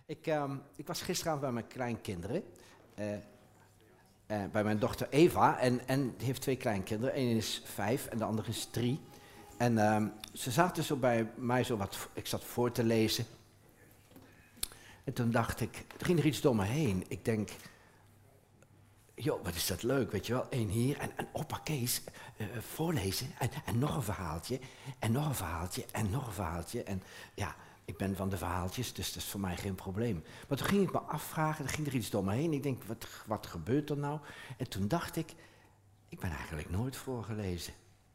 Ik was gisteravond bij mijn kleinkinderen. Bij mijn dochter Eva. En die heeft 2 kleinkinderen. Eén is 5 en de andere is 3. En ze zaten zo bij mij ik zat voor te lezen. En toen dacht ik, er ging er iets door me heen. Ik denk, joh, wat is dat leuk, weet je wel. 1 hier en opa Kees voorlezen en nog een verhaaltje. En nog een verhaaltje en nog een verhaaltje. En ja, ik ben van de verhaaltjes, dus dat is voor mij geen probleem. Maar toen ging ik me afvragen, er ging er iets door me heen. Ik denk, wat gebeurt er nou? En toen dacht ik ben eigenlijk nooit voorgelezen.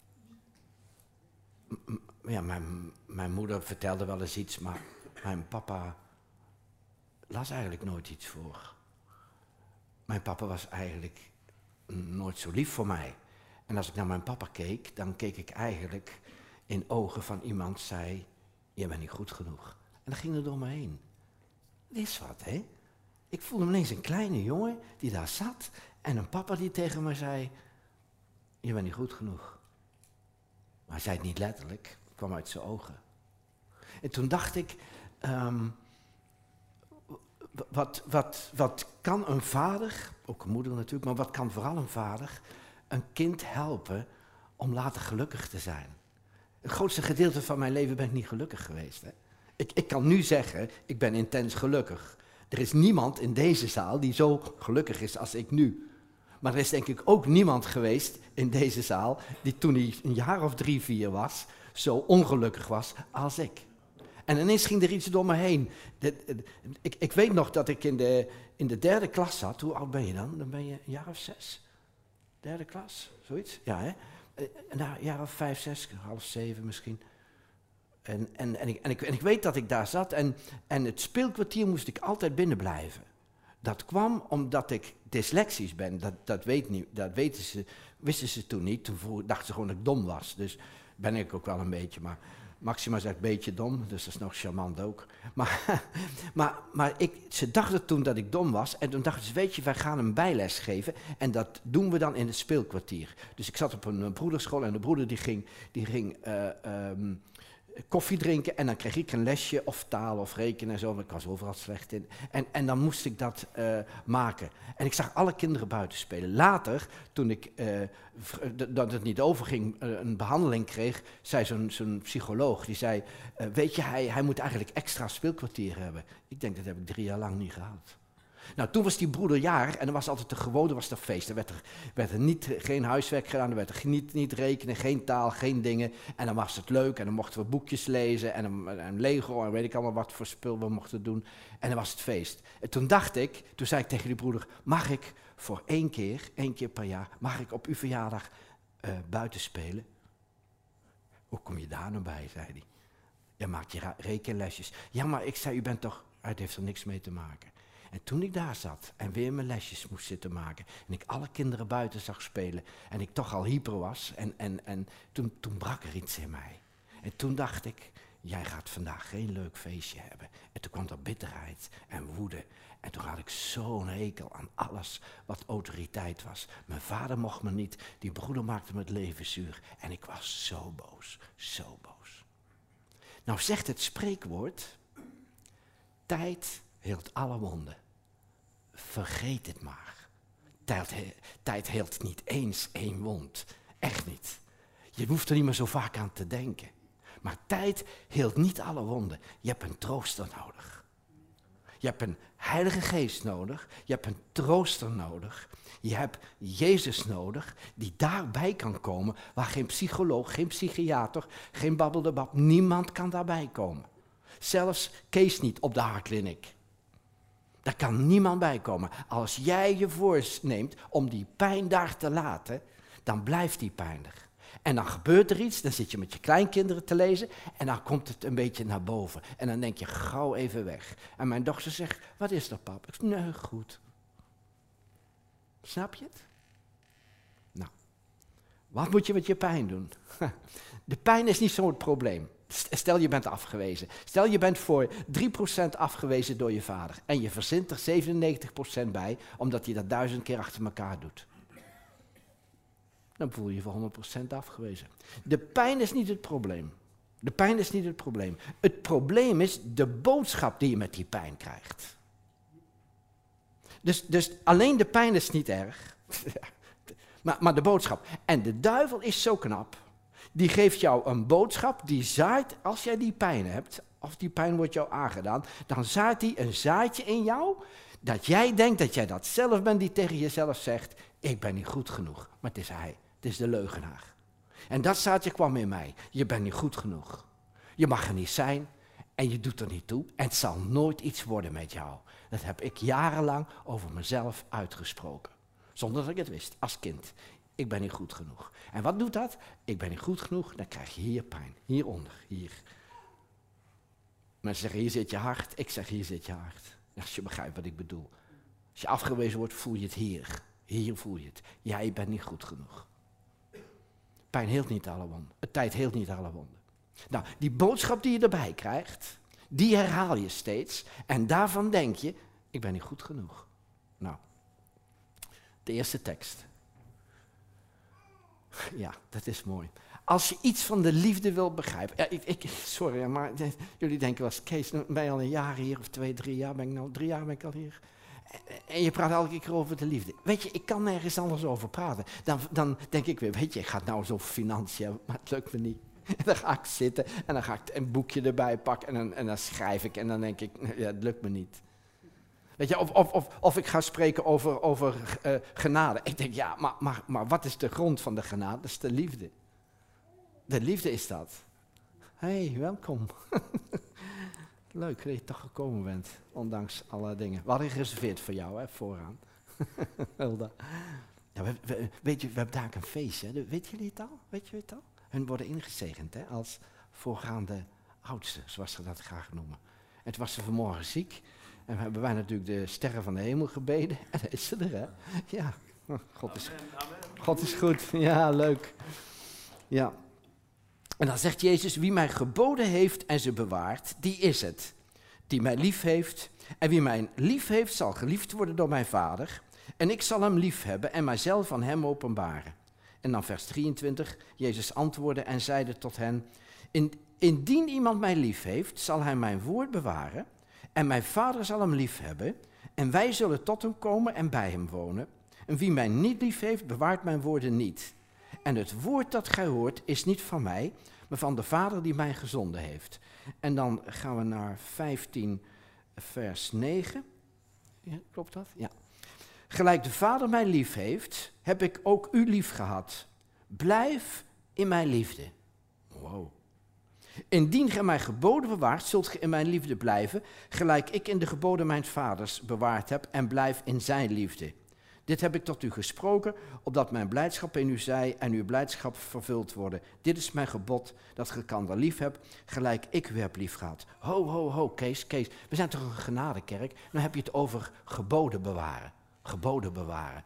Ja, mijn moeder vertelde wel eens iets, maar mijn papa las eigenlijk nooit iets voor. Mijn papa was eigenlijk nooit zo lief voor mij. En als ik naar mijn papa keek, dan keek ik eigenlijk in ogen van iemand zei, je bent niet goed genoeg. En dat ging er door me heen. Dit is wat, hè? Ik voelde me ineens een kleine jongen die daar zat en een papa die tegen me zei, je bent niet goed genoeg. Maar hij zei het niet letterlijk, het kwam uit zijn ogen. En toen dacht ik, wat kan een vader, ook een moeder natuurlijk, maar wat kan vooral een vader, een kind helpen om later gelukkig te zijn? Het grootste gedeelte van mijn leven ben ik niet gelukkig geweest. Hè? Ik kan nu zeggen, ik ben intens gelukkig. Er is niemand in deze zaal die zo gelukkig is als ik nu. Maar er is denk ik ook niemand geweest in deze zaal die toen hij een jaar of 3, 4 was, zo ongelukkig was als ik. En ineens ging er iets door me heen. Ik weet nog dat ik in de 3e klas zat. Hoe oud ben je dan? Dan ben je een jaar of 6. 3e klas, zoiets? Ja, hè? Nou, een jaar of 5, 6, half 7 misschien. En ik weet dat ik daar zat en het speelkwartier moest ik altijd binnen blijven. Dat kwam omdat ik dyslexisch ben. Dat wisten ze toen niet. Toen dachten ze gewoon dat ik dom was. Dus ben ik ook wel een beetje, maar Maxima zegt een beetje dom, dus dat is nog charmant ook. Maar ze dachten toen dat ik dom was en toen dachten ze, weet je, wij gaan een bijles geven en dat doen we dan in het speelkwartier. Dus ik zat op een broederschool en de broeder die ging koffie drinken en dan kreeg ik een lesje of taal of rekenen en zo, ik was overal slecht in. En dan moest ik dat maken. En ik zag alle kinderen buiten spelen. Later, toen ik, dat het niet overging, een behandeling kreeg, zei zo'n psycholoog, die zei, weet je, hij moet eigenlijk extra speelkwartier hebben. Ik denk, dat heb ik 3 jaar lang niet gehad. Nou, toen was die broeder jarig en er was altijd was er feest. Er werd er geen huiswerk gedaan, er werd er niet rekenen, geen taal, geen dingen. En dan was het leuk en dan mochten we boekjes lezen en Lego en weet ik allemaal wat voor spul we mochten doen. En dan was het feest. En toen zei ik tegen die broeder, mag ik voor 1 keer per jaar, mag ik op uw verjaardag buiten spelen? Hoe kom je daar nou bij, zei hij. Je maakt je rekenlesjes. Ja, maar ik zei, u bent toch, het heeft er niks mee te maken. En toen ik daar zat en weer mijn lesjes moest zitten maken en ik alle kinderen buiten zag spelen en ik toch al hyper was en toen brak er iets in mij. En toen dacht ik, jij gaat vandaag geen leuk feestje hebben. En toen kwam er bitterheid en woede en toen had ik zo'n hekel aan alles wat autoriteit was. Mijn vader mocht me niet, die broeder maakte me het leven zuur en ik was zo boos, zo boos. Nou zegt het spreekwoord, tijd heelt alle wonden. Vergeet het maar. Tijd heelt niet eens 1 wond. Echt niet. Je hoeft er niet meer zo vaak aan te denken. Maar tijd heelt niet alle wonden. Je hebt een trooster nodig. Je hebt een Heilige Geest nodig. Je hebt een trooster nodig. Je hebt Jezus nodig die daarbij kan komen waar geen psycholoog, geen psychiater, geen babbeldebbab, niemand kan daarbij komen. Zelfs Kees niet op de Hartkliniek. Daar kan niemand bij komen. Als jij je voorneemt om die pijn daar te laten, dan blijft die pijn er. En dan gebeurt er iets, dan zit je met je kleinkinderen te lezen en dan komt het een beetje naar boven. En dan denk je, gauw even weg. En mijn dochter zegt, wat is er, pap? Ik zeg, nee, goed. Snap je het? Nou, wat moet je met je pijn doen? De pijn is niet zo het probleem. Stel je bent afgewezen. Stel je bent voor 3% afgewezen door je vader. En je verzint er 97% bij, omdat je dat 1000 keer achter elkaar doet. Dan voel je je voor 100% afgewezen. De pijn is niet het probleem. De pijn is niet het probleem. Het probleem is de boodschap die je met die pijn krijgt. Dus alleen de pijn is niet erg, maar de boodschap. En de duivel is zo knap. Die geeft jou een boodschap, die zaait, als jij die pijn hebt, of die pijn wordt jou aangedaan, dan zaait hij een zaadje in jou, dat jij denkt dat jij dat zelf bent die tegen jezelf zegt, ik ben niet goed genoeg. Maar het is hij, het is de leugenaar. En dat zaadje kwam in mij, je bent niet goed genoeg. Je mag er niet zijn en je doet er niet toe en het zal nooit iets worden met jou. Dat heb ik jarenlang over mezelf uitgesproken, zonder dat ik het wist, als kind. Ik ben niet goed genoeg. En wat doet dat? Ik ben niet goed genoeg, dan krijg je hier pijn. Hieronder, hier. Mensen zeggen, hier zit je hart. Ik zeg, hier zit je hart. Als je begrijpt wat ik bedoel. Als je afgewezen wordt, voel je het hier. Hier voel je het. Jij bent niet goed genoeg. Pijn heelt niet alle wonden. Tijd heelt niet alle wonden. Nou, die boodschap die je erbij krijgt, die herhaal je steeds. En daarvan denk je, ik ben niet goed genoeg. Nou, de eerste tekst. Ja, dat is mooi. Als je iets van de liefde wil begrijpen. Ja, sorry, maar jullie denken wel eens, Kees, ben je al een jaar hier of 2, 3 jaar? 3 jaar ben ik al hier. En je praat elke keer over de liefde. Weet je, ik kan nergens anders over praten. Dan denk ik weer, weet je, ik ga het nou eens over financiën, maar het lukt me niet. En dan ga ik zitten en dan ga ik een boekje erbij pakken en dan schrijf ik en dan denk ik, ja, het lukt me niet. Weet je, of ik ga spreken over genade. Ik denk, ja, maar wat is de grond van de genade? Dat is de liefde. De liefde is dat. Hey, welkom. Leuk dat je toch gekomen bent, ondanks alle dingen. We hadden gereserveerd voor jou, hè, vooraan. Hilda. Ja, weet je, we hebben daar een feestje, hè? Weet jullie het al? Weet je het al? Hun worden ingezegend, hè, als voorgaande oudste, zoals ze dat graag noemen. En toen was ze vanmorgen ziek. En hebben wij natuurlijk de sterren van de hemel gebeden. En dan is ze er, hè? Ja, God is goed. Ja, leuk. Ja. En dan zegt Jezus, wie mij geboden heeft en ze bewaart, die is het. Die mij lief heeft. En wie mij lief heeft, zal geliefd worden door mijn Vader. En ik zal hem lief hebben en mijzelf aan hem openbaren. En dan vers 23. Jezus antwoordde en zeide tot hen, indien iemand mij lief heeft, zal hij mijn woord bewaren. En mijn Vader zal hem lief hebben, en wij zullen tot hem komen en bij hem wonen. En wie mij niet lief heeft, bewaart mijn woorden niet. En het woord dat gij hoort, is niet van mij, maar van de Vader die mij gezonden heeft. En dan gaan we naar 15, vers 9. Ja, klopt dat? Ja. Gelijk de Vader mij lief heeft, heb ik ook u lief gehad. Blijf in mijn liefde. Wow. Indien gij mijn geboden bewaart, zult ge in mijn liefde blijven, gelijk ik in de geboden mijns vaders bewaard heb en blijf in zijn liefde. Dit heb ik tot u gesproken, opdat mijn blijdschap in u zij en uw blijdschap vervuld worden. Dit is mijn gebod, dat ge elkander lief hebt, gelijk ik u heb lief gehad. Ho, ho, ho, Kees, we zijn toch een genadekerk? Dan heb je het over geboden bewaren. Geboden bewaren.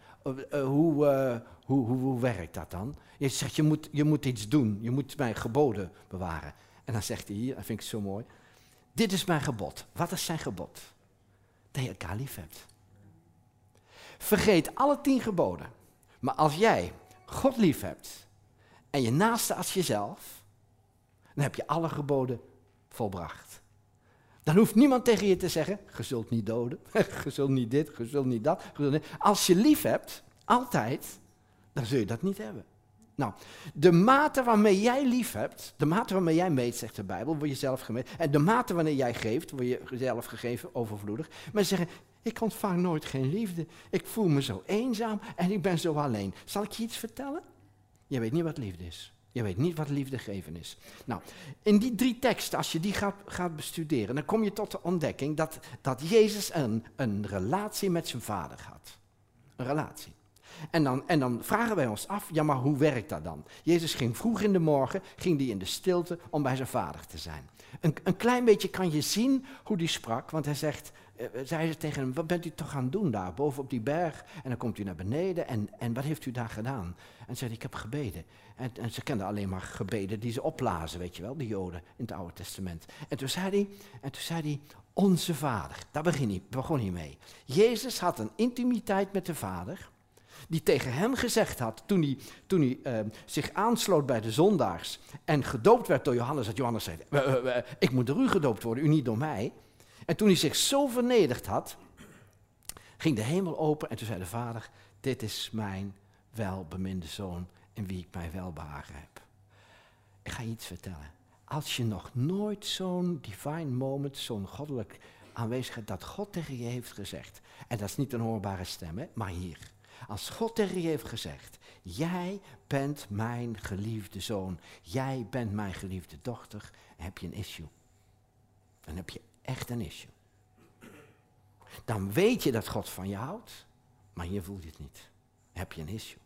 Hoe werkt dat dan? Je zegt, je moet iets doen, je moet mijn geboden bewaren. En dan zegt hij hier, dat vind ik zo mooi. Dit is mijn gebod. Wat is zijn gebod? Dat je elkaar lief hebt. Vergeet alle 10 geboden. Maar als jij God lief hebt en je naaste als jezelf, dan heb je alle geboden volbracht. Dan hoeft niemand tegen je te zeggen, je zult niet doden, je zult niet dit, je zult niet dat. Als je lief hebt, altijd, dan zul je dat niet hebben. Nou, de mate waarmee jij lief hebt, de mate waarmee jij meet, zegt de Bijbel, word je zelf gemeten. En de mate wanneer jij geeft, word je zelf gegeven, overvloedig. Maar ze zeggen, ik ontvang nooit geen liefde. Ik voel me zo eenzaam en ik ben zo alleen. Zal ik je iets vertellen? Je weet niet wat liefde is. Je weet niet wat liefde geven is. Nou, in die 3 teksten, als je die gaat bestuderen, dan kom je tot de ontdekking dat Jezus een relatie met zijn Vader had. Een relatie. En dan vragen wij ons af, ja, maar hoe werkt dat dan? Jezus ging vroeg in de morgen, ging die in de stilte om bij zijn Vader te zijn. Een klein beetje kan je zien hoe die sprak, want hij zei ze tegen hem, wat bent u toch aan het doen daar, boven op die berg? En dan komt u naar beneden en wat heeft u daar gedaan? En zei ik heb gebeden. En ze kenden alleen maar gebeden die ze opblazen, weet je wel, de Joden in het Oude Testament. En toen zei hij, onze Vader, daar begon hij mee. Jezus had een intimiteit met de Vader, Die tegen hem gezegd had, toen hij zich aansloot bij de zondaars en gedoopt werd door Johannes, dat Johannes zei, ik moet door u gedoopt worden, u niet door mij. En toen hij zich zo vernederd had, ging de hemel open en toen zei de Vader, dit is mijn welbeminde Zoon in wie ik mij welbehagen heb. Ik ga je iets vertellen. Als je nog nooit zo'n divine moment, zo'n goddelijk aanwezigheid, dat God tegen je heeft gezegd, en dat is niet een hoorbare stem, hè, maar hier. Als God tegen je heeft gezegd, jij bent mijn geliefde zoon, jij bent mijn geliefde dochter, dan heb je een issue. Dan heb je echt een issue. Dan weet je dat God van je houdt, maar je voelt het niet. Dan heb je een issue.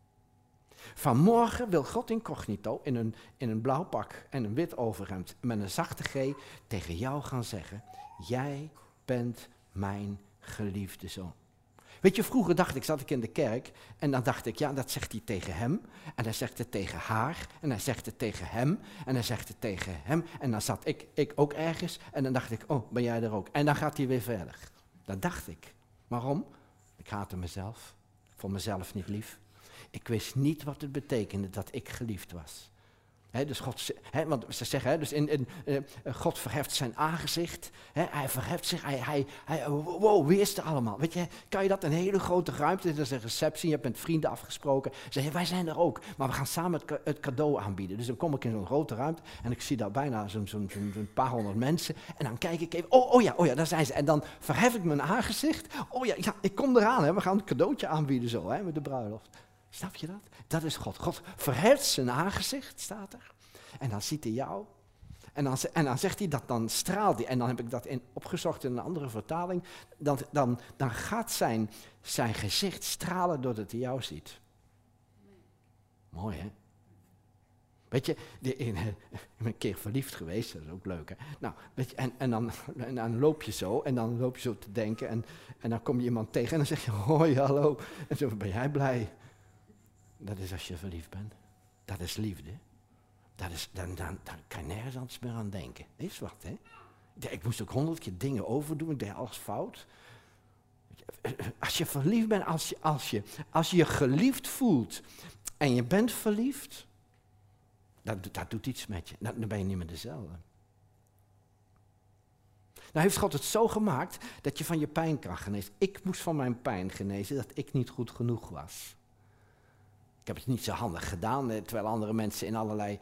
Vanmorgen wil God incognito in een blauw pak en een wit overhemd met een zachte G tegen jou gaan zeggen, jij bent mijn geliefde zoon. Weet je, vroeger zat ik in de kerk en dan dacht ik, ja, dat zegt hij tegen hem. En hij zegt het tegen haar en hij zegt het tegen hem en hij zegt het tegen hem. En dan zat ik ook ergens en dan dacht ik, oh, ben jij er ook? En dan gaat hij weer verder. Dat dacht ik. Waarom? Ik haatte mezelf. Ik vond mezelf niet lief. Ik wist niet wat het betekende dat ik geliefd was. Dus God, want ze zeggen, dus God verheft zijn aangezicht. Hij verheft zich. Wow, wie is er allemaal? Weet je, kan je dat een hele grote ruimte, dat is een receptie, je hebt met vrienden afgesproken. Zeg je, wij zijn er ook, maar we gaan samen het cadeau aanbieden. Dus dan kom ik in zo'n grote ruimte en ik zie daar bijna zo'n paar honderd mensen. En dan kijk ik even, oh ja, daar zijn ze. En dan verhef ik mijn aangezicht. Oh ja, ik kom eraan, we gaan een cadeautje aanbieden zo, met de bruiloft. Snap je dat? Dat is God. God verheft zijn aangezicht, staat er. En dan ziet hij jou. En dan zegt hij dat, dan straalt hij. En dan heb ik dat opgezocht in een andere vertaling. Dan gaat zijn gezicht stralen doordat hij jou ziet. Mooi, hè? Weet je, ik ben een keer verliefd geweest, dat is ook leuk, hè? Nou, weet je, en dan loop je zo, en dan loop je zo te denken. En dan kom je iemand tegen en dan zeg je, hoi, hallo. En zo ben jij blij. Dat is als je verliefd bent. Dat is liefde. Dan kan je nergens anders meer aan denken. Is wat, hè? Ik moest ook 100 keer dingen overdoen. Ik deed alles fout. Als je verliefd bent, als je je geliefd voelt en je bent verliefd, dat doet iets met je. Dan ben je niet meer dezelfde. Nou heeft God het zo gemaakt dat je van je pijn kan genezen. Ik moest van mijn pijn genezen dat ik niet goed genoeg was. Ik heb het niet zo handig gedaan, terwijl andere mensen in allerlei,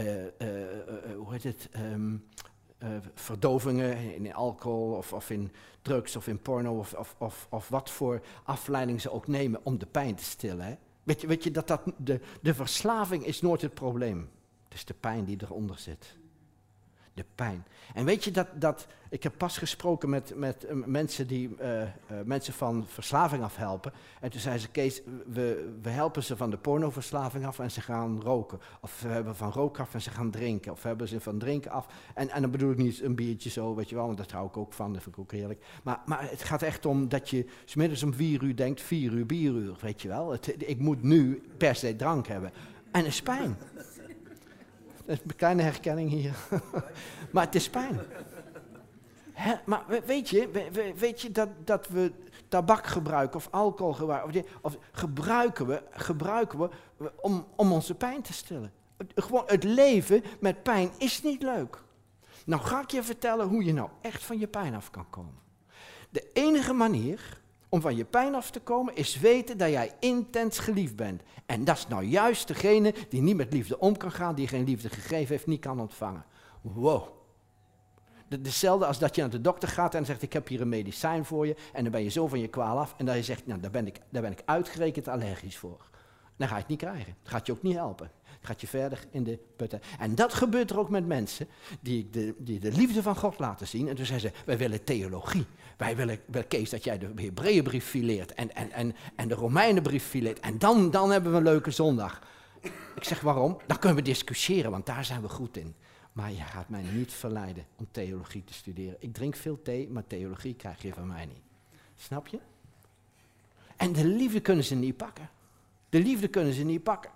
verdovingen, in alcohol of in drugs of in porno of wat voor afleiding ze ook nemen om de pijn te stillen. Hè? Weet je dat de verslaving is nooit het probleem. Het is de pijn die eronder zit. De pijn. En weet je dat ik heb pas gesproken met mensen die mensen van verslaving afhelpen. En toen zei ze, Kees, we helpen ze van de pornoverslaving af en ze gaan roken. Of we hebben van rook af en ze gaan drinken. Of we hebben ze van drinken af. En dan bedoel ik niet een biertje zo, weet je wel, want daar hou ik ook van, dat vind ik ook heerlijk. Maar het gaat echt om dat je 's middags om 4 uur denkt, 4 uur bieruur, weet je wel. Ik moet nu per se drank hebben. En dat is pijn. Dat is een kleine herkenning hier. Maar het is pijn. Maar weet je dat we tabak gebruiken of alcohol gebruiken? Of gebruiken we om onze pijn te stillen? Gewoon het leven met pijn is niet leuk. Nou ga ik je vertellen hoe je nou echt van je pijn af kan komen. De enige manier om van je pijn af te komen is weten dat jij intens geliefd bent. En dat is nou juist degene die niet met liefde om kan gaan, die geen liefde gegeven heeft, niet kan ontvangen. Wow. Hetzelfde als dat je naar de dokter gaat en zegt, ik heb hier een medicijn voor je. En dan ben je zo van je kwaal af. En dan je zegt, nou daar ben ik uitgerekend allergisch voor. Dan ga je het niet krijgen. Dat gaat je ook niet helpen. Het gaat je verder in de putten. En dat gebeurt er ook met mensen die de liefde van God laten zien. En toen zeiden ze, wij willen theologie. Wij willen, Kees, dat jij de Hebreeënbrief fileert en de Romeinenbrief fileert. En dan hebben we een leuke zondag. Ik zeg, waarom? Dan kunnen we discussiëren, want daar zijn we goed in. Maar je gaat mij niet verleiden om theologie te studeren. Ik drink veel thee, maar theologie krijg je van mij niet. Snap je? En de liefde kunnen ze niet pakken. De liefde kunnen ze niet pakken.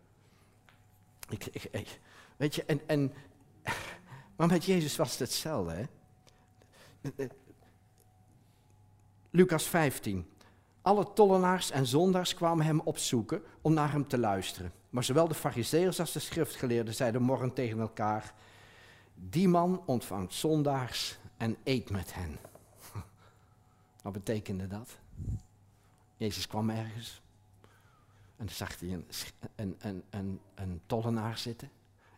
Weet je, maar met Jezus was het hetzelfde, hè? Lucas 15. Alle tollenaars en zondaars kwamen hem opzoeken om naar hem te luisteren. Maar zowel de farizeeërs als de schriftgeleerden zeiden morrend tegen elkaar: die man ontvangt zondaars en eet met hen. Wat betekende dat? Jezus kwam ergens en dan zag hij een tollenaar zitten.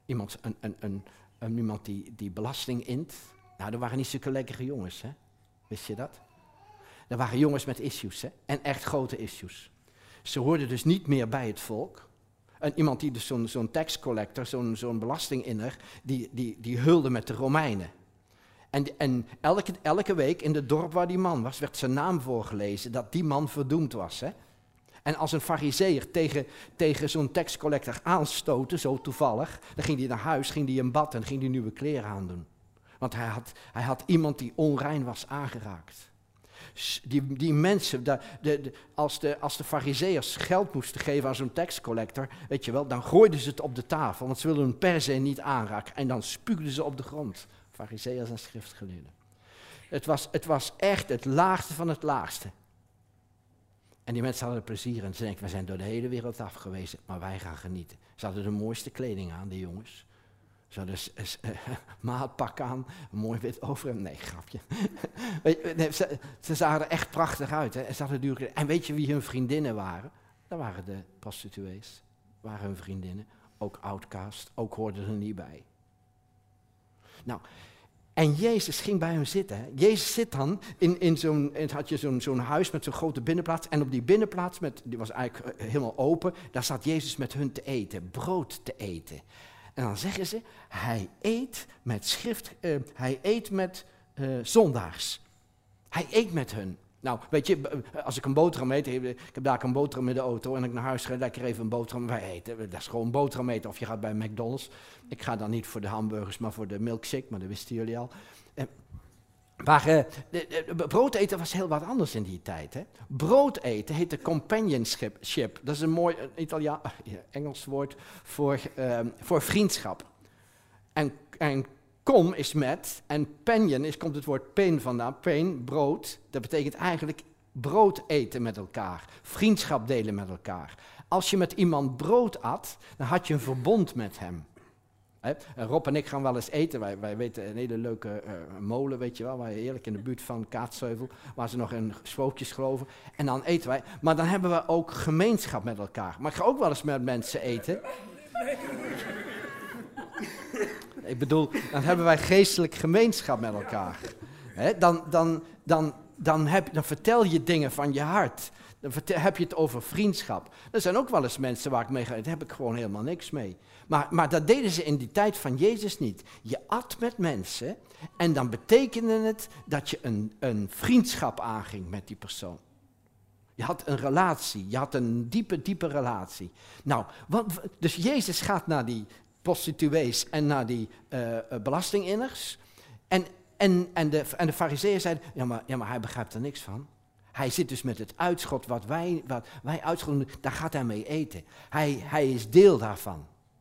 Iemand die belasting int. Nou, dat waren niet zulke lekkere jongens, hè? Wist je dat? Dat waren jongens met issues, hè? En echt grote issues. Ze hoorden dus niet meer bij het volk. En iemand die dus zo'n tax collector, zo'n belastinginner, die hulde met de Romeinen. En elke week in het dorp waar die man was, werd zijn naam voorgelezen dat die man verdoemd was, hè? En als een farizeeër tegen zo'n tax collector aanstootte, zo toevallig, dan ging hij naar huis, ging hij in bad en ging hij nieuwe kleren aandoen. Want hij had iemand die onrein was aangeraakt. Die mensen, als de farizeeërs geld moesten geven aan zo'n tax collector, weet je wel, dan gooiden ze het op de tafel, want ze wilden hem per se niet aanraken. En dan spuugden ze op de grond, farizeeërs en schriftgeleerden. Het was echt het laagste van het laagste. En die mensen hadden er plezier in. Ze denken, we zijn door de hele wereld afgewezen, maar wij gaan genieten. Ze hadden de mooiste kleding aan, die jongens. Ze hadden maatpak aan, een mooi wit overhemd. Nee, grapje. Ze zagen er echt prachtig uit. Hè? Ze hadden dure. En weet je wie hun vriendinnen waren? Dat waren de prostituees. Dat waren hun vriendinnen. Ook outcast, ook hoorden er niet bij. Nou, en Jezus ging bij hen zitten. Hè? Jezus zit dan had je zo'n huis met zo'n grote binnenplaats. En op die binnenplaats, die was eigenlijk helemaal open, daar zat Jezus met hun te eten, brood te eten. En dan zeggen ze, hij eet met zondaars. Hij eet met hun. Nou, weet je, als ik een boterham eet, ik heb daar een boterham in de auto en ik naar huis ga, lekker even een boterham, wij eten. Dat is gewoon een boterham eten. Of je gaat bij McDonald's. Ik ga dan niet voor de hamburgers, maar voor de milkshake, maar dat wisten jullie al. Maar brood eten was heel wat anders in die tijd. Hè? Brood eten heette companionship. Dat is een mooi Engels woord voor vriendschap. En com is met, en panion komt het woord pain vandaan. Pain, brood, dat betekent eigenlijk brood eten met elkaar. Vriendschap delen met elkaar. Als je met iemand brood at, dan had je een verbond met hem. Rob en ik gaan wel eens eten. Wij weten een hele leuke molen, weet je wel, waar je heerlijk in de buurt van Kaatsheuvel, waar ze nog in spookjes geloven. En dan eten wij. Maar dan hebben we ook gemeenschap met elkaar. Maar ik ga ook wel eens met mensen eten. Ik bedoel, dan hebben wij geestelijk gemeenschap met elkaar. Dan vertel je dingen van je hart. Dan heb je het over vriendschap. Er zijn ook wel eens mensen waar ik mee ga, daar heb ik gewoon helemaal niks mee. Maar dat deden ze in die tijd van Jezus niet. Je at met mensen en dan betekende het dat je een vriendschap aanging met die persoon. Je had een relatie, je had een diepe relatie. Nou, dus Jezus gaat naar die prostituees en naar die belastinginners. En de farizeeën zeiden, ja, maar hij begrijpt er niks van. Hij zit dus met het uitschot wat wij uitschotten, daar gaat hij mee eten. Hij is deel daarvan.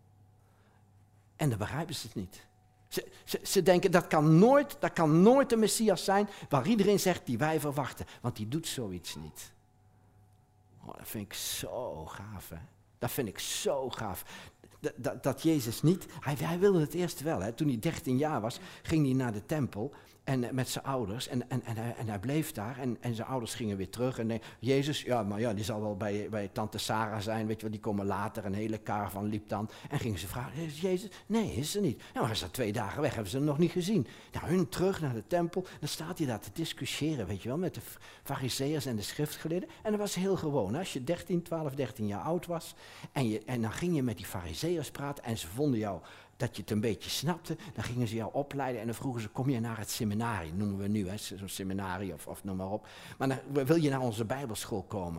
En dan begrijpen ze het niet. Ze denken, dat kan nooit de Messias zijn waar iedereen zegt die wij verwachten. Want die doet zoiets niet. Oh, dat vind ik zo gaaf, hè. Dat vind ik zo gaaf. Dat Jezus niet, hij wilde het eerst wel. Hè. Toen hij 13 jaar was, ging hij naar de tempel en met zijn ouders. En hij bleef daar en zijn ouders gingen weer terug. En Jezus, die zal wel bij tante Sarah zijn, weet je wel, die komen later. Een hele caravan liep dan. En gingen ze vragen, is Jezus? Nee, is er niet. Nou, maar hij is al 2 dagen weg, hebben ze hem nog niet gezien. Nou, hun terug naar de tempel, dan staat hij daar te discussiëren, weet je wel, met de farizeeërs en de schriftgeleerden. En dat was heel gewoon. Hè. Als je 12, 13 jaar oud was en dan ging je met die farizeeërs praten en ze vonden jou dat je het een beetje snapte, dan gingen ze jou opleiden en dan vroegen ze, kom je naar het seminarie, noemen we nu, zo'n seminarie of noem maar op. Maar dan wil je naar onze bijbelschool komen.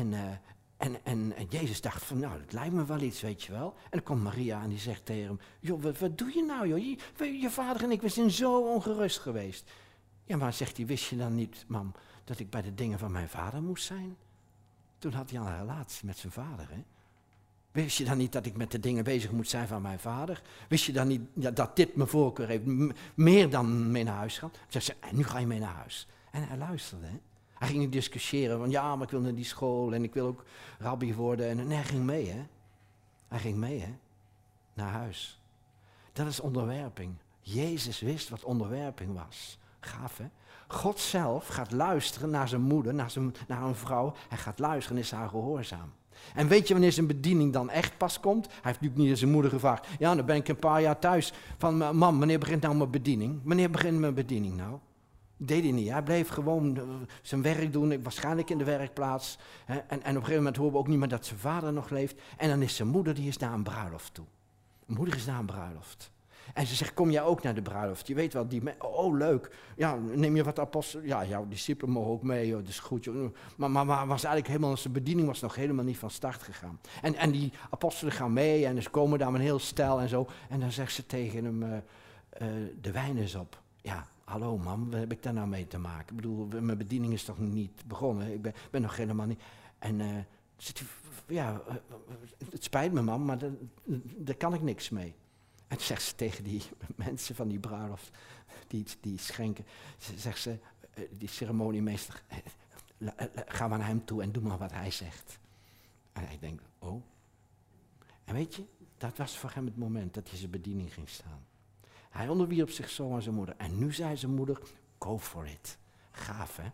En Jezus dacht van, nou, dat lijkt me wel iets, weet je wel. En dan komt Maria en die zegt tegen hem, joh, wat doe je nou, joh? Je vader en ik, we zijn zo ongerust geweest. Ja, maar zegt hij, wist je dan niet, mam, dat ik bij de dingen van mijn vader moest zijn? Toen had hij al een relatie met zijn vader, hè. Wist je dan niet dat ik met de dingen bezig moet zijn van mijn vader? Wist je dan niet dat dit mijn voorkeur heeft, meer dan mee naar huis gaan? Zegt ze, en nu ga je mee naar huis. En hij luisterde. Hè? Hij ging niet discussiëren van ja, maar ik wil naar die school en ik wil ook rabbi worden. Nee, hij ging mee, hè. Hij ging mee, hè. Naar huis. Dat is onderwerping. Jezus wist wat onderwerping was. Gaaf, hè? God zelf gaat luisteren naar zijn moeder, naar een vrouw. Hij gaat luisteren en is haar gehoorzaam. En weet je wanneer zijn bediening dan echt pas komt? Hij heeft natuurlijk niet aan zijn moeder gevraagd. Ja, dan ben ik een paar jaar thuis. Van, mam, wanneer begint nou mijn bediening? Wanneer begint mijn bediening nou? Deed hij niet. Hij bleef gewoon zijn werk doen, waarschijnlijk in de werkplaats. Hè? En op een gegeven moment horen we ook niet meer dat zijn vader nog leeft. En dan is zijn moeder, die is naar een bruiloft toe. Moeder is naar een bruiloft. En ze zegt, kom jij ook naar de bruiloft? Je weet wel, oh leuk. Ja, neem je wat apostelen? Ja, jouw discipelen mogen ook mee, joh, dat is goed. Joh. Maar was eigenlijk helemaal, zijn bediening was nog helemaal niet van start gegaan. En die apostelen gaan mee en ze komen daar met een heel stel en zo. En dan zegt ze tegen hem, de wijn is op. Ja, hallo mam, wat heb ik daar nou mee te maken? Ik bedoel, mijn bediening is toch nog niet begonnen? Ik ben nog helemaal niet... En zegt hij, ja, het spijt me mam, maar daar kan ik niks mee. En toen zegt ze tegen die mensen van die bruiloft, die schenken, zegt ze, die ceremoniemeester, ga maar naar hem toe en doe maar wat hij zegt. En hij denkt, oh. En weet je, dat was voor hem het moment dat hij zijn bediening ging staan. Hij onderwierp zich zo aan zijn moeder. En nu zei zijn moeder, go for it. Gaaf, hè?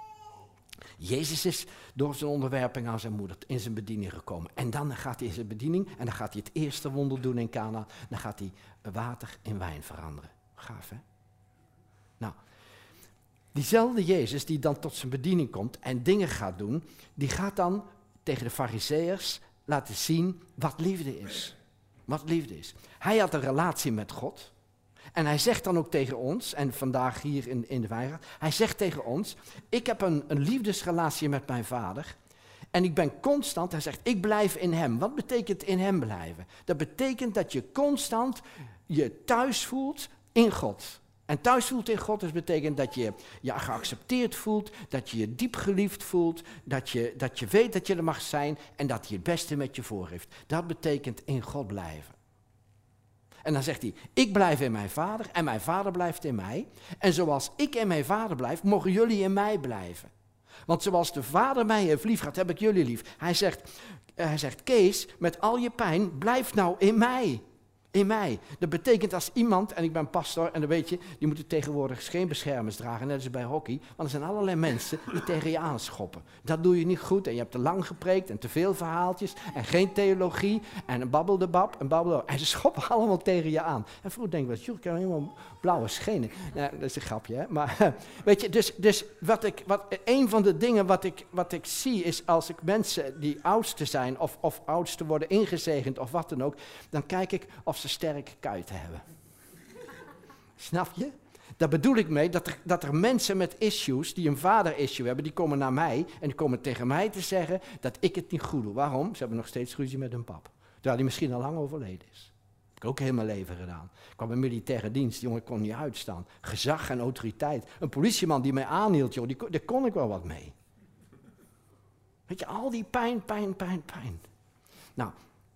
Jezus is door zijn onderwerping aan zijn moeder in zijn bediening gekomen. En dan gaat hij in zijn bediening en dan gaat hij het eerste wonder doen in Kana. Dan gaat hij water in wijn veranderen. Gaaf, hè? Nou, diezelfde Jezus die dan tot zijn bediening komt en dingen gaat doen, die gaat dan tegen de Farizeeërs laten zien wat liefde is. Wat liefde is. Hij had een relatie met God. En hij zegt dan ook tegen ons, en vandaag hier in de wijngaard, hij zegt tegen ons, ik heb een liefdesrelatie met mijn vader en ik ben constant, hij zegt, ik blijf in hem. Wat betekent in hem blijven? Dat betekent dat je constant je thuis voelt in God. En thuis voelt in God, dus betekent dat je je geaccepteerd voelt, dat je je diep geliefd voelt, dat je weet dat je er mag zijn en dat hij het beste met je voor heeft. Dat betekent in God blijven. En dan zegt hij, ik blijf in mijn vader en mijn vader blijft in mij. En zoals ik in mijn vader blijf, mogen jullie in mij blijven. Want zoals de vader mij heeft lief gehad, heb ik jullie lief. Hij zegt, Kees, met al je pijn, blijf nou in mij. In mij. Dat betekent als iemand, en ik ben pastor, en dan weet je, die moeten tegenwoordig geen beschermers dragen, net als bij hockey, want er zijn allerlei mensen die tegen je aanschoppen. Dat doe je niet goed en je hebt te lang gepreekt en te veel verhaaltjes en geen theologie en babbel de bab en babbel. En ze schoppen allemaal tegen je aan. En vroeger denk ik, joh, ik heb helemaal blauwe schenen. Nou, dat is een grapje, hè. Maar weet je, dus een van de dingen wat ik zie is als ik mensen die oudste zijn of oudste worden ingezegend of wat dan ook, dan kijk ik of ze sterke kuiten hebben. Snap je? Daar bedoel ik mee dat er mensen met issues, die een vader-issue hebben, die komen naar mij en die komen tegen mij te zeggen dat ik het niet goed doe. Waarom? Ze hebben nog steeds ruzie met hun pap. Terwijl die misschien al lang overleden is. Dat heb ik ook heel mijn leven gedaan. Ik kwam in militaire dienst, die jongen kon niet uitstaan. Gezag en autoriteit. Een politieman die mij aanhield, joh, daar kon ik wel wat mee. Weet je, al die pijn. Nou,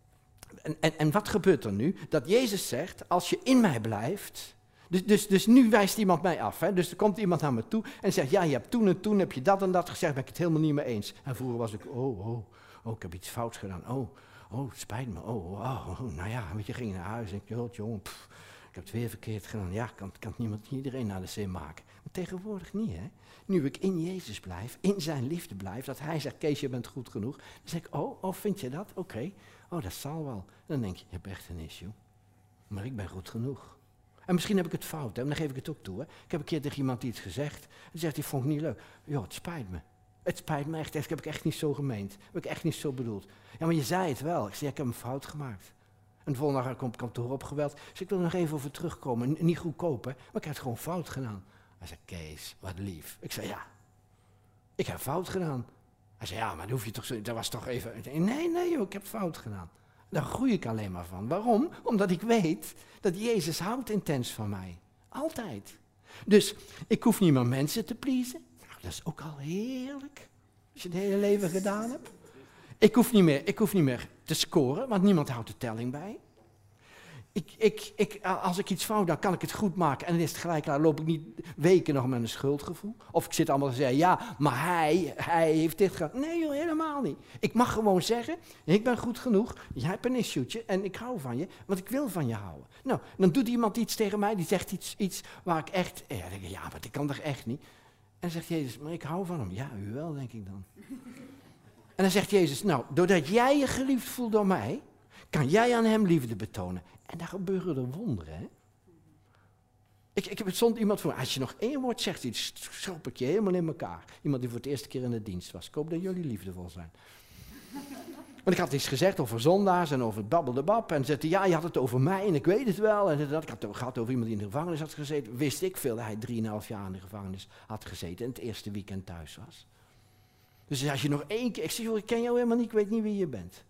en wat gebeurt er nu? Dat Jezus zegt, als je in mij blijft. Dus nu wijst iemand mij af. Hè? Dus er komt iemand naar me toe en zegt, ja, je hebt toen en toen heb je dat en dat gezegd, ben ik het helemaal niet mee eens. En vroeger was ik, oh, ik heb iets fouts gedaan. Oh, het spijt me. Nou ja, weet je, ging naar huis en ik jongen, ik heb het weer verkeerd gedaan. Ja, kan iedereen naar de zin maken. Maar tegenwoordig niet, hè. Nu ik in Jezus blijf, in zijn liefde blijf, dat hij zegt, Kees, je bent goed genoeg. Dan zeg ik, vind je dat? Oké. Oh, dat zal wel. Dan denk je, je hebt echt een issue. Maar ik ben goed genoeg. En misschien heb ik het fout, hè, dan geef ik het ook toe. Hè. Ik heb een keer tegen iemand iets gezegd. En zegt hij, vond ik niet leuk. Joh, het spijt me. Het spijt me echt. Ik heb ik echt niet zo gemeend. Heb ik echt niet zo bedoeld. Ja, maar je zei het wel. Ik zei, ik heb een fout gemaakt. En de volgende dag komt kantoor opgebeld. Dus ik wil er nog even over terugkomen. Niet goedkoop, hè. Maar ik heb het gewoon fout gedaan. Hij zei, Kees, wat lief. Ik zei, ja. Ik heb fout gedaan. Hij zei, ja, maar dat hoef je toch zo... Dat was toch even... Nee, joh, ik heb fout gedaan. Daar groei ik alleen maar van. Waarom? Omdat ik weet dat Jezus houdt intens van mij. Altijd. Dus ik hoef niet meer mensen te pleasen. Nou, dat is ook al heerlijk. Als je het hele leven gedaan hebt. Ik hoef niet meer te scoren, want niemand houdt de telling bij. Als ik iets fout, dan kan ik het goed maken. En dan is het gelijk, dan loop ik niet weken nog met een schuldgevoel. Of ik zit allemaal te zeggen, ja, maar hij heeft dit gedaan. Nee joh, helemaal niet. Ik mag gewoon zeggen, ik ben goed genoeg, jij hebt een issue'tje en ik hou van je, want ik wil van je houden. Nou, dan doet iemand iets tegen mij, die zegt iets waar ik echt, dan denk ik, ja, maar dat kan toch echt niet. En dan zegt Jezus, maar ik hou van hem. Ja, u wel, denk ik dan. En dan zegt Jezus, nou, doordat jij je geliefd voelt door mij, kan jij aan hem liefde betonen. En daar gebeuren er wonderen, hè. Ik heb soms iemand voor, als je nog één woord zegt, dan schop ik je helemaal in elkaar. Iemand die voor het eerste keer in de dienst was. Ik hoop dat jullie liefdevol zijn. Want ik had iets gezegd over zondaars en over het babbelde-bab. En zei, ja, je had het over mij en ik weet het wel. En dat. Ik had het gehad over iemand die in de gevangenis had gezeten. Wist ik veel dat hij 3,5 jaar in de gevangenis had gezeten en het eerste weekend thuis was. Dus als je nog één keer, ik zeg, joh, ik ken jou helemaal niet, ik weet niet wie je bent.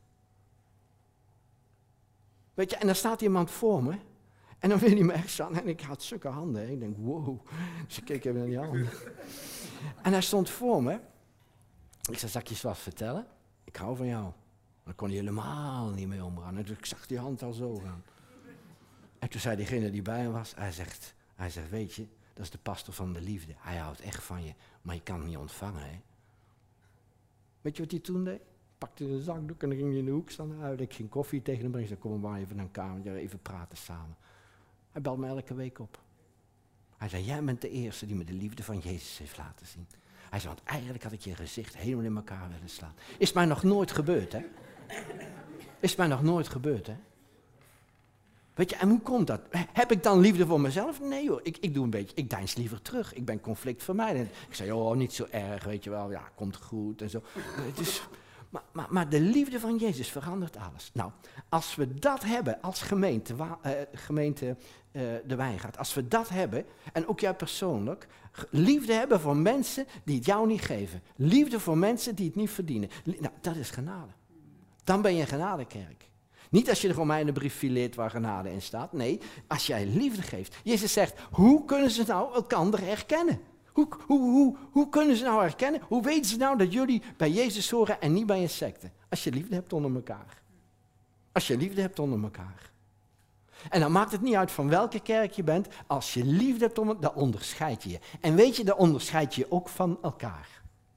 Weet je, en dan staat iemand voor me. En dan wil hij me echt staan. En ik had zulke handen. Hè. Ik denk, wow. Dus ik keek even naar die handen. En hij stond voor me. Ik zei, zal ik je eens wat vertellen? Ik hou van jou. Dan kon hij helemaal niet mee omgaan. En dus ik zag die hand al zo gaan. En toen zei diegene die bij hem was, hij zegt, weet je, dat is de pastor van de liefde. Hij houdt echt van je, maar je kan het niet ontvangen, hè. Weet je wat hij toen deed? Pakte een zakdoek en dan ging hij in de hoek staan huilen. Ik ging koffie tegen hem brengen. Ik zei, kom maar even naar een kamer, even praten samen. Hij belt me elke week op. Hij zei, jij bent de eerste die me de liefde van Jezus heeft laten zien. Hij zei, want eigenlijk had ik je gezicht helemaal in elkaar willen slaan. Is mij nog nooit gebeurd, hè? Is mij nog nooit gebeurd, hè? Weet je, en hoe komt dat? Heb ik dan liefde voor mezelf? Nee joh, ik doe een beetje, ik deins liever terug. Ik ben conflictvermijdend. Ik zei, oh, niet zo erg, weet je wel, ja, komt goed en zo. Dus, maar de liefde van Jezus verandert alles. Nou, als we dat hebben als gemeente de Wijngaard, als we dat hebben, en ook jij persoonlijk, liefde hebben voor mensen die het jou niet geven. Liefde voor mensen die het niet verdienen. Nou, dat is genade. Dan ben je een genadekerk. Niet als je de Romeinenbrief fileert waar genade in staat. Nee, als jij liefde geeft. Jezus zegt, hoe kunnen ze nou elkander herkennen? Hoe kunnen ze nou herkennen? Hoe weten ze nou dat jullie bij Jezus horen en niet bij een secte? Als je liefde hebt onder elkaar. Als je liefde hebt onder elkaar. En dan maakt het niet uit van welke kerk je bent. Als je liefde hebt onder elkaar, dan onderscheid je je. En weet je, dan onderscheid je je ook van elkaar.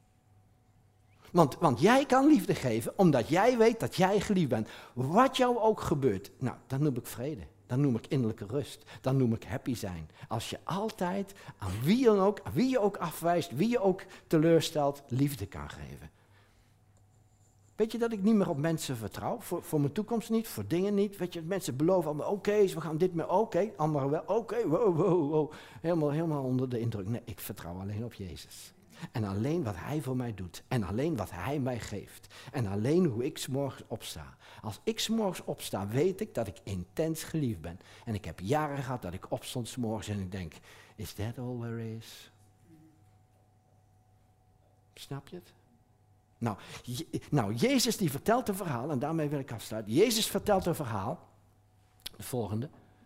Want jij kan liefde geven, omdat jij weet dat jij geliefd bent. Wat jou ook gebeurt, nou, dan noem ik vrede. Dan noem ik innerlijke rust. Dan noem ik happy zijn. Als je altijd aan wie je ook afwijst, wie je ook teleurstelt, liefde kan geven. Weet je dat ik niet meer op mensen vertrouw? Voor mijn toekomst niet, voor dingen niet. Weet je, mensen beloven allemaal, oké, we gaan dit meer, oké, anderen wel, oké, wow. Helemaal onder de indruk. Nee, ik vertrouw alleen op Jezus. En alleen wat hij voor mij doet. En alleen wat hij mij geeft. En alleen hoe ik 's morgens opsta. Als ik 's morgens opsta, weet ik dat ik intens geliefd ben. En ik heb jaren gehad dat ik opstond 's morgens en ik denk, is that all there is? Snap je het? Nou, Jezus die vertelt een verhaal, en daarmee wil ik afsluiten. Jezus vertelt een verhaal, de volgende.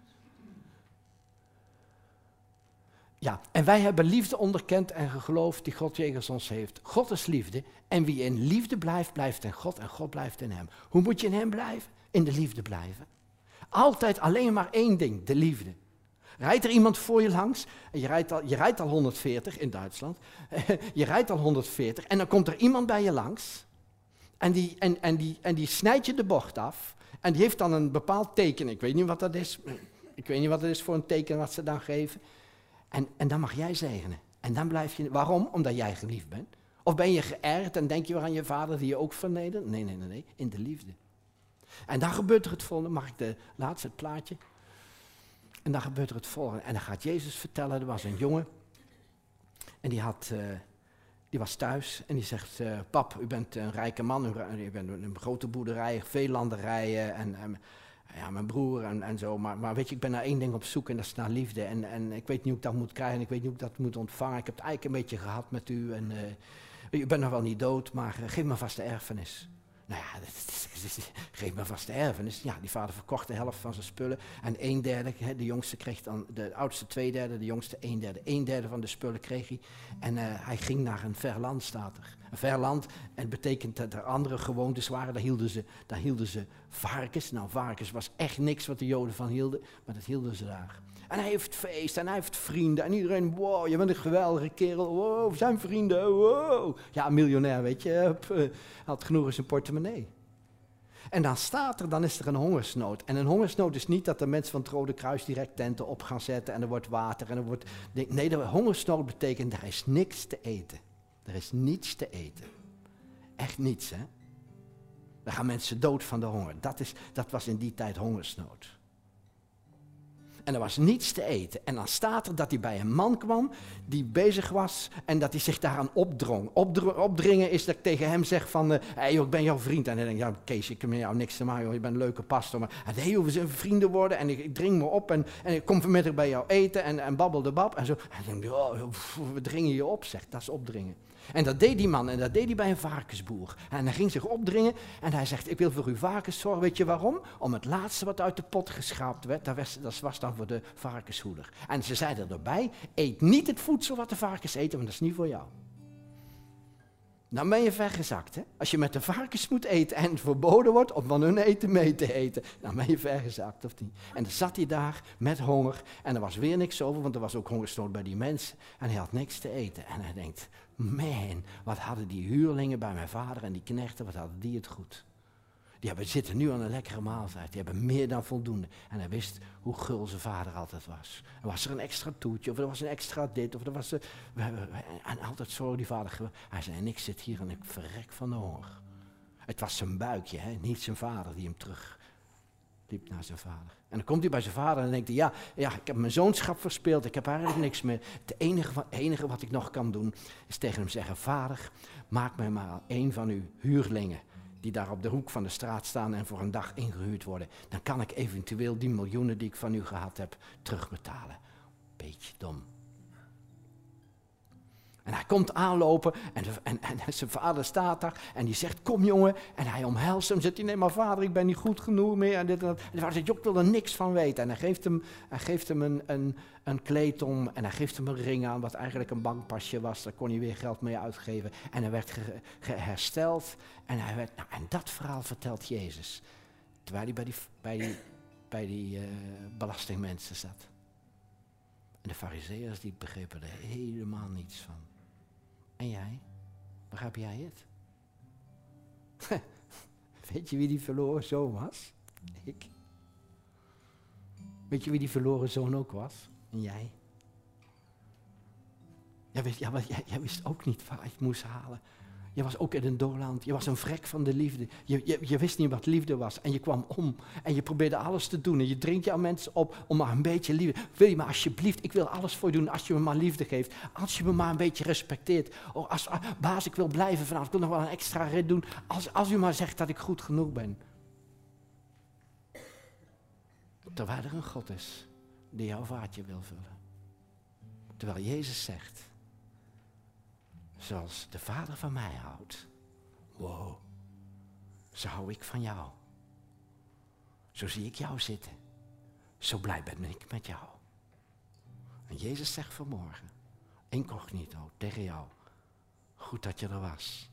Ja, en wij hebben liefde onderkend en geloofd die God jegens ons heeft. God is liefde en wie in liefde blijft, blijft in God en God blijft in hem. Hoe moet je in hem blijven? In de liefde blijven. Altijd alleen maar één ding, de liefde. Rijdt er iemand voor je langs, en je rijdt al 140 in Duitsland, je rijdt al 140 en dan komt er iemand bij je langs en die snijdt je de bocht af en die heeft dan een bepaald teken, ik weet niet wat dat is voor een teken wat ze dan geven. En dan mag jij zegenen. En dan blijf je, waarom? Omdat jij geliefd bent. Of ben je geërgerd en denk je weer aan je vader die je ook vernedert? Nee, in de liefde. En dan gebeurt er het volgende, mag ik de laatste, het plaatje? En dan gebeurt er het volgende. En dan gaat Jezus vertellen, er was een jongen. En die was thuis en die zegt, pap, u bent een rijke man, u bent een grote boerderij, veel landerijen en ja, mijn broer en zo. Maar weet je, ik ben naar één ding op zoek en dat is naar liefde. En ik weet niet hoe ik dat moet krijgen, ik weet niet hoe ik dat moet ontvangen. Ik heb het eigenlijk een beetje gehad met u en u bent nog wel niet dood, maar geef me vast de erfenis. Nou ja, geef me vast de erfenis. Ja, die vader verkocht de helft van zijn spullen. En 1/3, de jongste kreeg dan, de oudste 2/3, de jongste 1/3. 1/3 van de spullen kreeg hij. En hij ging naar een ver land, staat er. Een ver land, en betekent dat er andere gewoontes waren. Daar hielden ze varkens. Nou, varkens was echt niks wat de Joden van hielden, maar dat hielden ze daar. En hij heeft feest en hij heeft vrienden. En iedereen, wow, je bent een geweldige kerel. Wow, we zijn vrienden, wow. Ja, een miljonair, weet je. Had genoeg in zijn portemonnee. En dan is er een hongersnood. En een hongersnood is niet dat de mensen van het Rode Kruis direct tenten op gaan zetten en er wordt water en er wordt... Nee, de hongersnood betekent er is niks te eten. Er is niets te eten. Echt niets, hè. Dan gaan mensen dood van de honger. Dat was in die tijd hongersnood. En er was niets te eten. En dan staat er dat hij bij een man kwam die bezig was en dat hij zich daaraan opdrong. Opdringen is dat ik tegen hem zeg van, hey, joh, ik ben jouw vriend. En hij denkt, ja Kees, ik heb met jou niks te maken, joh, je bent een leuke pastor. Maar nee, joh, we zijn vrienden worden en ik dring me op en ik kom vanmiddag bij jou eten en babbel de bab. En zo. En hij denkt, oh, we dringen je op, zegt, dat is opdringen. En dat deed die man en dat deed hij bij een varkensboer. En hij ging zich opdringen en hij zegt, ik wil voor uw varkens zorgen. Weet je waarom? Om het laatste wat uit de pot geschraapt werd, dat was dan voor de varkenshoeder. En ze zeiden erbij, eet niet het voedsel wat de varkens eten, want dat is niet voor jou. Dan ben je vergezakt, hè? Als je met de varkens moet eten en het verboden wordt om van hun eten mee te eten, dan ben je vergezakt, of niet? En dan zat hij daar met honger en er was weer niks over, want er was ook hongersnood bij die mensen. En hij had niks te eten. En hij denkt, man, wat hadden die huurlingen bij mijn vader en die knechten, wat hadden die het goed. Die zitten nu aan een lekkere maaltijd. Die hebben meer dan voldoende. En hij wist hoe gul zijn vader altijd was. Er was er een extra toetje, of er was een extra dit, of er was... En altijd zo die vader... Hij zei, en ik zit hier en ik verrek van de honger. Het was zijn buikje, hè? Niet zijn vader die hem terug liep naar zijn vader. En dan komt hij bij zijn vader en denkt hij, ja, ik heb mijn zoonschap verspeeld, ik heb eigenlijk niks meer. Het enige wat ik nog kan doen, is tegen hem zeggen, vader, maak mij maar een van uw huurlingen, die daar op de hoek van de straat staan en voor een dag ingehuurd worden. Dan kan ik eventueel die miljoenen die ik van u gehad heb, terugbetalen. Beetje dom. En hij komt aanlopen en zijn vader staat daar en die zegt, kom jongen. En hij omhelst hem, zegt hij, nee maar vader, ik ben niet goed genoeg meer. En dit en dat. En de vader zegt, ik wil er niks van weten. En hij geeft hem een kleed om en hij geeft hem een ring aan, wat eigenlijk een bankpasje was. Daar kon hij weer geld mee uitgeven. En hij werd hersteld en en dat verhaal vertelt Jezus. Terwijl hij bij die belastingmensen zat. En de farizeeërs die begrepen er helemaal niets van. En jij? Begrijp jij het? Weet je wie die verloren zoon was? Ik. Weet je wie die verloren zoon ook was? En jij? Jij wist ook niet waar je het moest halen. Je was ook in een doorland. Je was een vrek van de liefde. Je wist niet wat liefde was. En je kwam om. En je probeerde alles te doen. En je dringt jouw mensen op om maar een beetje liefde. Wil je maar alsjeblieft, ik wil alles voor je doen als je me maar liefde geeft. Als je me maar een beetje respecteert. Oh, baas, ik wil blijven vanavond. Ik wil nog wel een extra rit doen. Als u maar zegt dat ik goed genoeg ben. Terwijl er een God is die jouw vaatje wil vullen. Terwijl Jezus zegt, zoals de Vader van mij houdt, wow, zo hou ik van jou. Zo zie ik jou zitten. Zo blij ben ik met jou. En Jezus zegt vanmorgen, incognito, tegen jou, goed dat je er was.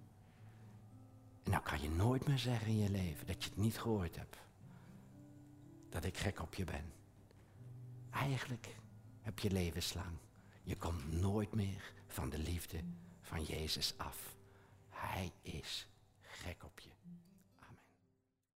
En nou kan je nooit meer zeggen in je leven dat je het niet gehoord hebt. Dat ik gek op je ben. Eigenlijk heb je levenslang. Je komt nooit meer van de liefde van Jezus af. Hij is gek op je.